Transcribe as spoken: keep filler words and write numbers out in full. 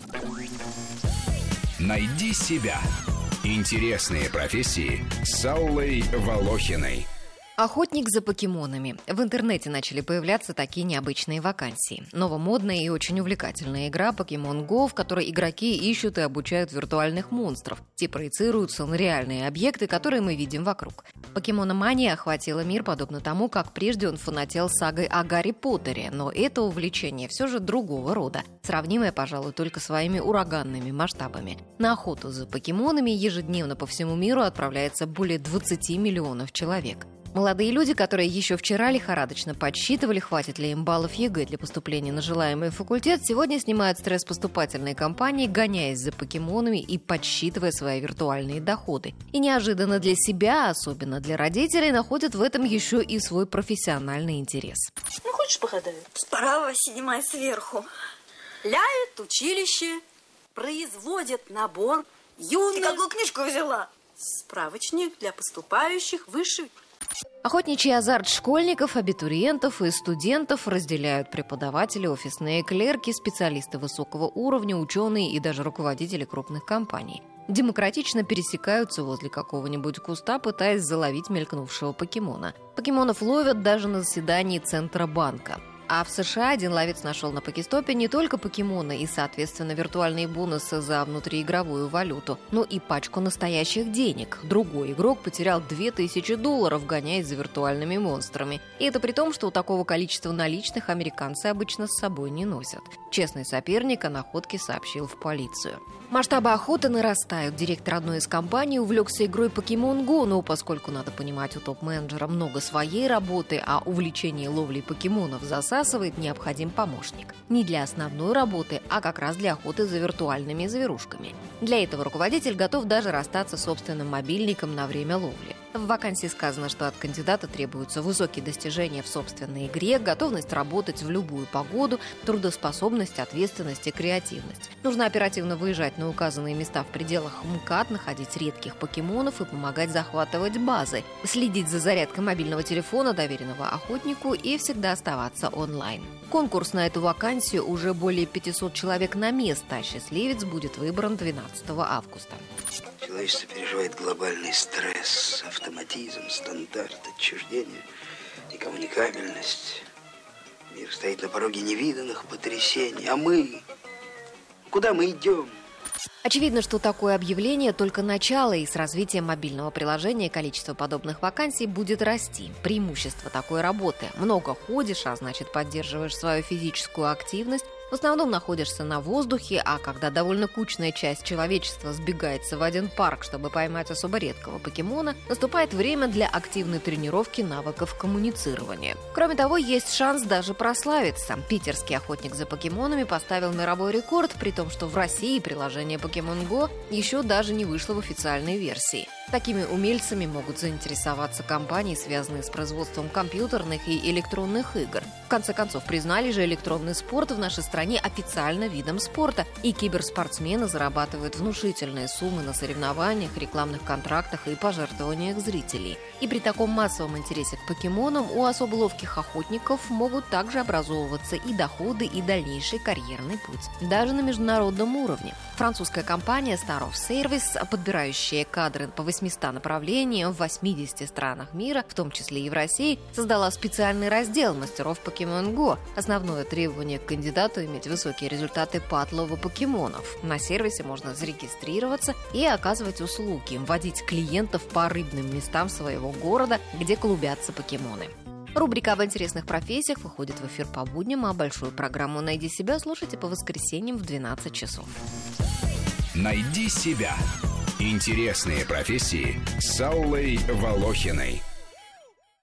Найди себя. Интересные профессии с Аллой Волохиной. Охотник за покемонами. В интернете начали появляться такие необычные вакансии. Новомодная и очень увлекательная игра Pokemon Go, в которой игроки ищут и обучают виртуальных монстров. Те проецируются на реальные объекты, которые мы видим вокруг. Покемономания охватила мир подобно тому, как прежде он фанател сагой о Гарри Поттере, но это увлечение все же другого рода, сравнимое, пожалуй, только своими ураганными масштабами. На охоту за покемонами ежедневно по всему миру отправляется более двадцати миллионов человек. Молодые люди, которые еще вчера лихорадочно подсчитывали, хватит ли им баллов ЕГЭ для поступления на желаемый факультет, сегодня снимают стресс поступательной кампании, гоняясь за покемонами и подсчитывая свои виртуальные доходы. И неожиданно для себя, особенно для родителей, находят в этом еще и свой профессиональный интерес. Ну, хочешь погадаю? Справа, седьмая сверху. Ляет училище, производит набор юных... Ты какую книжку взяла? Справочник для поступающих в высший... Охотничий азарт школьников, абитуриентов и студентов разделяют преподаватели, офисные клерки, специалисты высокого уровня, ученые и даже руководители крупных компаний. Демократично пересекаются возле какого-нибудь куста, пытаясь заловить мелькнувшего покемона. Покемонов ловят даже на заседании Центробанка. А в США один ловец нашел на покестопе не только покемоны и, соответственно, виртуальные бонусы за внутриигровую валюту, но и пачку настоящих денег. Другой игрок потерял две тысячи долларов, гоняясь за виртуальными монстрами. И это при том, что у такого количества наличных американцы обычно с собой не носят. Честный соперник о находке сообщил в полицию. Масштабы охоты нарастают. Директор одной из компаний увлекся игрой Pokemon Go, но поскольку, надо понимать, у топ-менеджера много своей работы, а увлечение ловлей покемонов засасывает, необходим помощник. Не для основной работы, а как раз для охоты за виртуальными зверушками. Для этого руководитель готов даже расстаться с собственным мобильником на время ловли. В вакансии сказано, что от кандидата требуются высокие достижения в собственной игре, готовность работать в любую погоду, трудоспособность, ответственность и креативность. Нужно оперативно выезжать на указанные места в пределах МКАД, находить редких покемонов и помогать захватывать базы, следить за зарядкой мобильного телефона, доверенного охотнику, и всегда оставаться онлайн. Конкурс на эту вакансию уже более пятисот человек на место, а счастливец будет выбран двенадцатого августа. Человечество переживает глобальный стресс, автоматизм, стандарт, отчуждение и коммуникабельность. Мир стоит на пороге невиданных потрясений. А мы? Куда мы идем? Очевидно, что такое объявление только начало, и с развитием мобильного приложения количество подобных вакансий будет расти. Преимущество такой работы. Много ходишь, а значит поддерживаешь свою физическую активность. В основном находишься на воздухе, а когда довольно кучная часть человечества сбегается в один парк, чтобы поймать особо редкого покемона, наступает время для активной тренировки навыков коммуницирования. Кроме того, есть шанс даже прославиться. Питерский охотник за покемонами поставил мировой рекорд, при том, что в России приложение Pokemon Go еще даже не вышло в официальной версии. Такими умельцами могут заинтересоваться компании, связанные с производством компьютерных и электронных игр. В конце концов, признали же электронный спорт в нашей стране официально видом спорта, и киберспортсмены зарабатывают внушительные суммы на соревнованиях, рекламных контрактах и пожертвованиях зрителей. И при таком массовом интересе к покемонам у особо ловких охотников могут также образовываться и доходы, и дальнейший карьерный путь, даже на международном уровне. Французская компания Star of Service, подбирающая кадры по восьмистам направлениям в восьмидесяти странах мира, в том числе и в России, создала специальный раздел мастеров Pokemon Go. Основное требование к кандидату — иметь высокие результаты по отлову покемонов. На сервисе можно зарегистрироваться и оказывать услуги, вводить клиентов по рыбным местам своего города, где клубятся покемоны. Рубрика об интересных профессиях выходит в эфир по будням, а большую программу «Найди себя» слушайте по воскресеньям в двенадцать часов. «Найди себя». Интересные профессии с Аллой Волохиной.